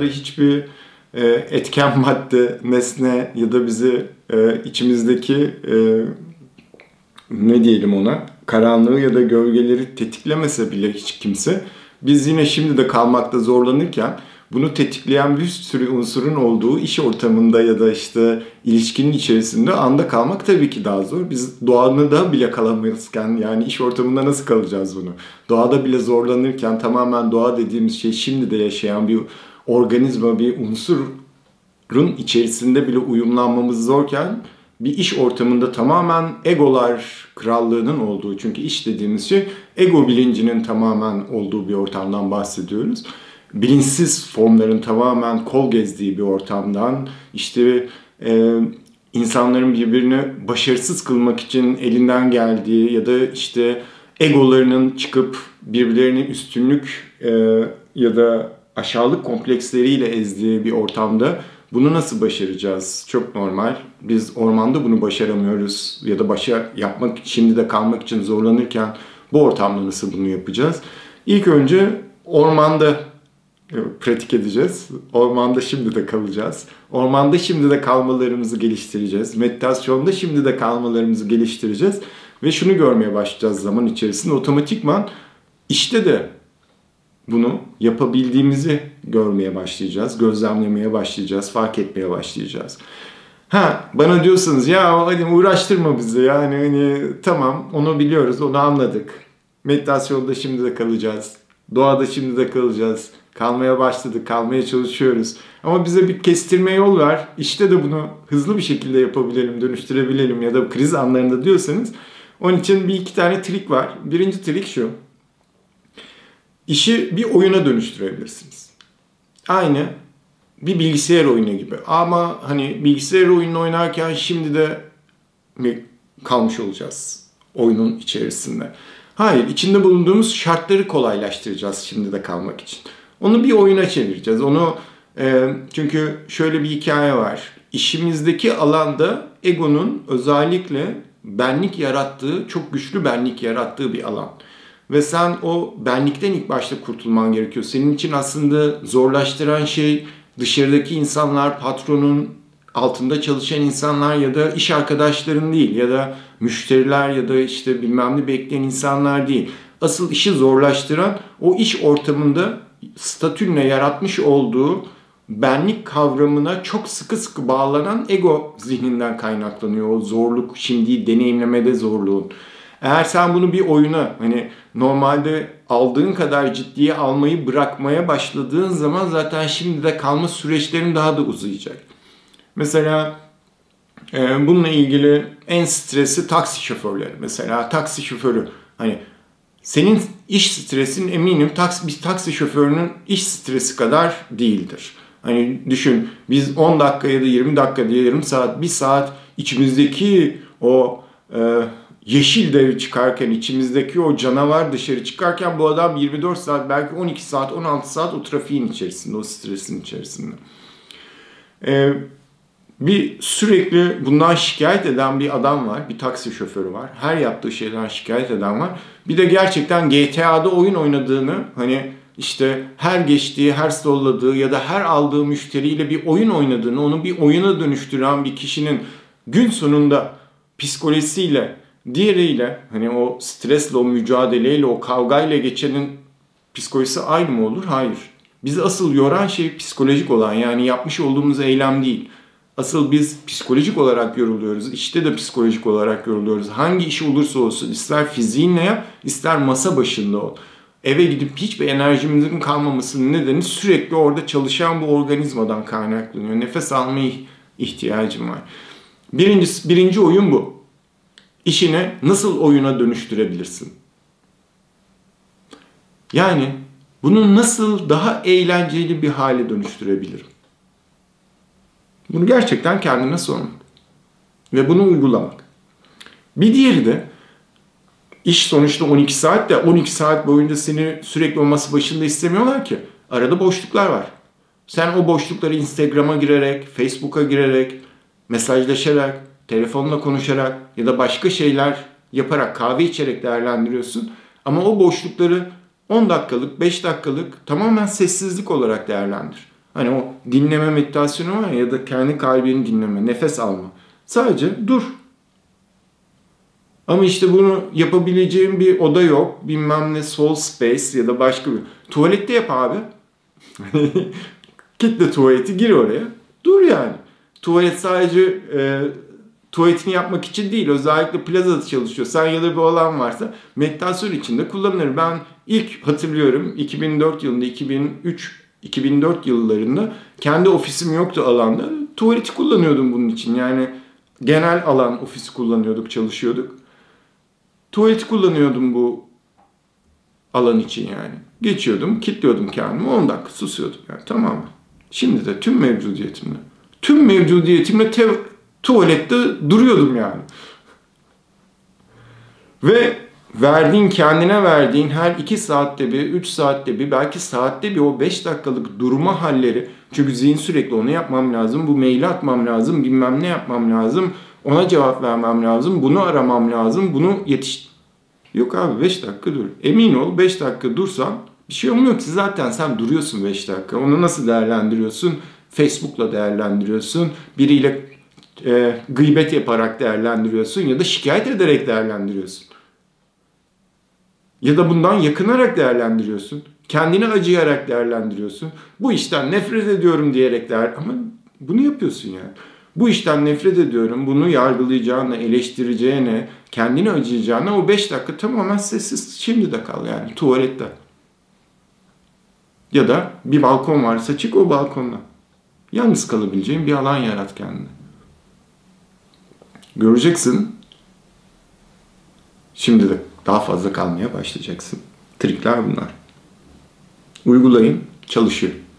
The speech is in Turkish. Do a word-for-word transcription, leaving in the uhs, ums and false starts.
dışarıda hiçbir e, etken madde, nesne ya da bizi e, içimizdeki e, ne diyelim ona, karanlığı ya da gölgeleri tetiklemese bile hiç kimse, biz yine şimdi de kalmakta zorlanırken bunu tetikleyen bir sürü unsurun olduğu iş ortamında ya da işte ilişkinin içerisinde anda kalmak tabii ki daha zor. Biz doğada bile kalamıyorken yani iş ortamında nasıl kalacağız bunu? Doğada bile zorlanırken, tamamen doğa dediğimiz şey şimdi de yaşayan bir organizma, bir unsurun içerisinde bile uyumlanmamız zorken, bir iş ortamında tamamen egolar krallığının olduğu, çünkü iş dediğimiz şey ego bilincinin tamamen olduğu bir ortamdan bahsediyoruz. Bilinçsiz formların tamamen kol gezdiği bir ortamdan, işte e, insanların birbirini başarısız kılmak için elinden geldiği ya da işte egolarının çıkıp birbirlerini üstünlük e, ya da aşağılık kompleksleriyle ezdiği bir ortamda bunu nasıl başaracağız? Çok normal. Biz ormanda bunu başaramıyoruz ya da başa yapmak, şimdi de kalmak için zorlanırken bu ortamda nasıl bunu yapacağız? İlk önce ormanda pratik edeceğiz. Ormanda şimdi de kalacağız. Ormanda şimdi de kalmalarımızı geliştireceğiz. Meditasyonda şimdi de kalmalarımızı geliştireceğiz. Ve şunu görmeye başlayacağız zaman içerisinde. Otomatikman işte de bunu yapabildiğimizi görmeye başlayacağız. Gözlemlemeye başlayacağız. Fark etmeye başlayacağız. Ha, bana diyorsunuz ya hadi uğraştırma bizi. Yani hani tamam, onu biliyoruz, onu anladık. Meditasyonda şimdi de kalacağız. Doğada şimdi de kalacağız. Kalmaya başladık, kalmaya çalışıyoruz. Ama bize bir kestirme yol ver. İşte de bunu hızlı bir şekilde yapabilelim, dönüştürebilelim ya da kriz anlarında diyorsanız, onun için bir iki tane trik var. Birinci trik şu. İşi bir oyuna dönüştürebilirsiniz. Aynı bir bilgisayar oyunu gibi. Ama hani bilgisayar oyunu oynarken şimdi de mi kalmış olacağız oyunun içerisinde? Hayır, içinde bulunduğumuz şartları kolaylaştıracağız şimdi de kalmak için. Onu bir oyuna çevireceğiz. Onu e, çünkü şöyle bir hikaye var. İşimizdeki alanda egonun özellikle benlik yarattığı, çok güçlü benlik yarattığı bir alan. Ve sen o benlikten ilk başta kurtulman gerekiyor. Senin için aslında zorlaştıran şey dışarıdaki insanlar, patronun altında çalışan insanlar ya da iş arkadaşların değil ya da müşteriler ya da işte bilmem ne bekleyen insanlar değil. Asıl işi zorlaştıran o iş ortamında statünle yaratmış olduğu benlik kavramına çok sıkı sıkı bağlanan ego zihninden kaynaklanıyor. O zorluk, şimdi deneyimlemede zorluğun. Eğer sen bunu bir oyuna, hani normalde aldığın kadar ciddiye almayı bırakmaya başladığın zaman zaten şimdi de kalma süreçlerin daha da uzayacak. Mesela e, bununla ilgili en stresli taksi şoförleri. Mesela taksi şoförü, hani senin iş stresin eminim taksi, bir taksi şoförünün iş stresi kadar değildir. Hani düşün, biz on dakika ya da yirmi dakika diye yarım saat, bir saat içimizdeki o e, yeşil dev çıkarken, içimizdeki o canavar dışarı çıkarken bu adam yirmi dört saat, belki on iki saat, on altı saat o trafiğin içerisinde, o stresin içerisinde. Ee, bir sürekli bundan şikayet eden bir adam var, bir taksi şoförü var. Her yaptığı şeyden şikayet eden var. Bir de gerçekten G T A'da oyun oynadığını, hani işte her geçtiği, her solladığı ya da her aldığı müşteriyle bir oyun oynadığını, onu bir oyuna dönüştüren bir kişinin gün sonunda psikolojisiyle, diğeriyle, hani o stresle, o mücadeleyle, o kavgayla geçenin psikolojisi aynı mı olur? Hayır. Bizi asıl yoran şey psikolojik olan, yani yapmış olduğumuz eylem değil. Asıl biz psikolojik olarak yoruluyoruz. İşte de psikolojik olarak yoruluyoruz. Hangi iş olursa olsun, ister fiziğinle yap, ister masa başında ol. Eve gidip hiçbir enerjimizin kalmamasının nedeni sürekli orada çalışan bu organizmadan kaynaklanıyor. Nefes almaya ihtiyacım var. Birincisi, birinci oyun bu. İşini nasıl oyuna dönüştürebilirsin? Yani bunu nasıl daha eğlenceli bir hale dönüştürebilirim? Bunu gerçekten kendine sormak ve bunu uygulamak. Bir diğeri de iş sonuçta on iki saat de on iki saat boyunca seni sürekli o masa başında istemiyorlar ki. Arada boşluklar var. Sen o boşlukları Instagram'a girerek, Facebook'a girerek, mesajlaşarak, telefonla konuşarak ya da başka şeyler yaparak, kahve içerek değerlendiriyorsun. Ama o boşlukları on dakikalık, beş dakikalık tamamen sessizlik olarak değerlendir. Hani o dinleme meditasyonu var ya, ya da kendi kalbini dinleme, nefes alma. Sadece dur. Ama işte bunu yapabileceğim bir oda yok. Bilmem ne soul space ya da başka bir. Tuvalette yap abi. Kitle tuvaleti, gir oraya. Dur yani. Tuvalet sadece e, tuvaletini yapmak için değil. Özellikle plazada çalışıyorsan ya da bir alan varsa meditasyon için de kullanılır. Ben ilk hatırlıyorum iki bin dört yılında, iki bin üç iki bin dört yıllarında kendi ofisim yoktu alanda. Tuvaleti kullanıyordum bunun için. Yani genel alan ofisi kullanıyorduk, çalışıyorduk. Tuvaleti kullanıyordum bu alan için yani. Geçiyordum, kilitliyordum kendimi, on dakika susuyordum yani, tamamen. Şimdi de tüm mevcudiyetimle, tüm mevcudiyetimle te- tuvalette duruyordum yani. Ve verdiğin, kendine verdiğin her iki saatte bir, üç saatte bir, belki saatte bir o beş dakikalık durma halleri. Çünkü zihin sürekli onu yapmam lazım, bu maili atmam lazım, bilmem ne yapmam lazım, ona cevap vermem lazım, bunu aramam lazım, bunu yetiş... Yok abi, beş dakika dur. Emin ol, beş dakika dursan bir şey olmuyor ki, zaten sen duruyorsun beş dakika. Onu nasıl değerlendiriyorsun? Facebook'la değerlendiriyorsun, biriyle e, gıybet yaparak değerlendiriyorsun ya da şikayet ederek değerlendiriyorsun. Ya da bundan yakınarak değerlendiriyorsun. Kendine acıyarak değerlendiriyorsun. Bu işten nefret ediyorum diyerek değer... Ama bunu yapıyorsun yani. Bu işten nefret ediyorum, bunu yargılayacağına, eleştireceğine, kendine acıyacağına o beş dakika tamamen sessiz şimdi de kal yani, tuvalette. Ya da bir balkon varsa çık o balkonda. Yalnız kalabileceğin bir alan yarat kendine. Göreceksin, şimdi de daha fazla kalmaya başlayacaksın. Trikler bunlar. Uygulayın, çalışıyor.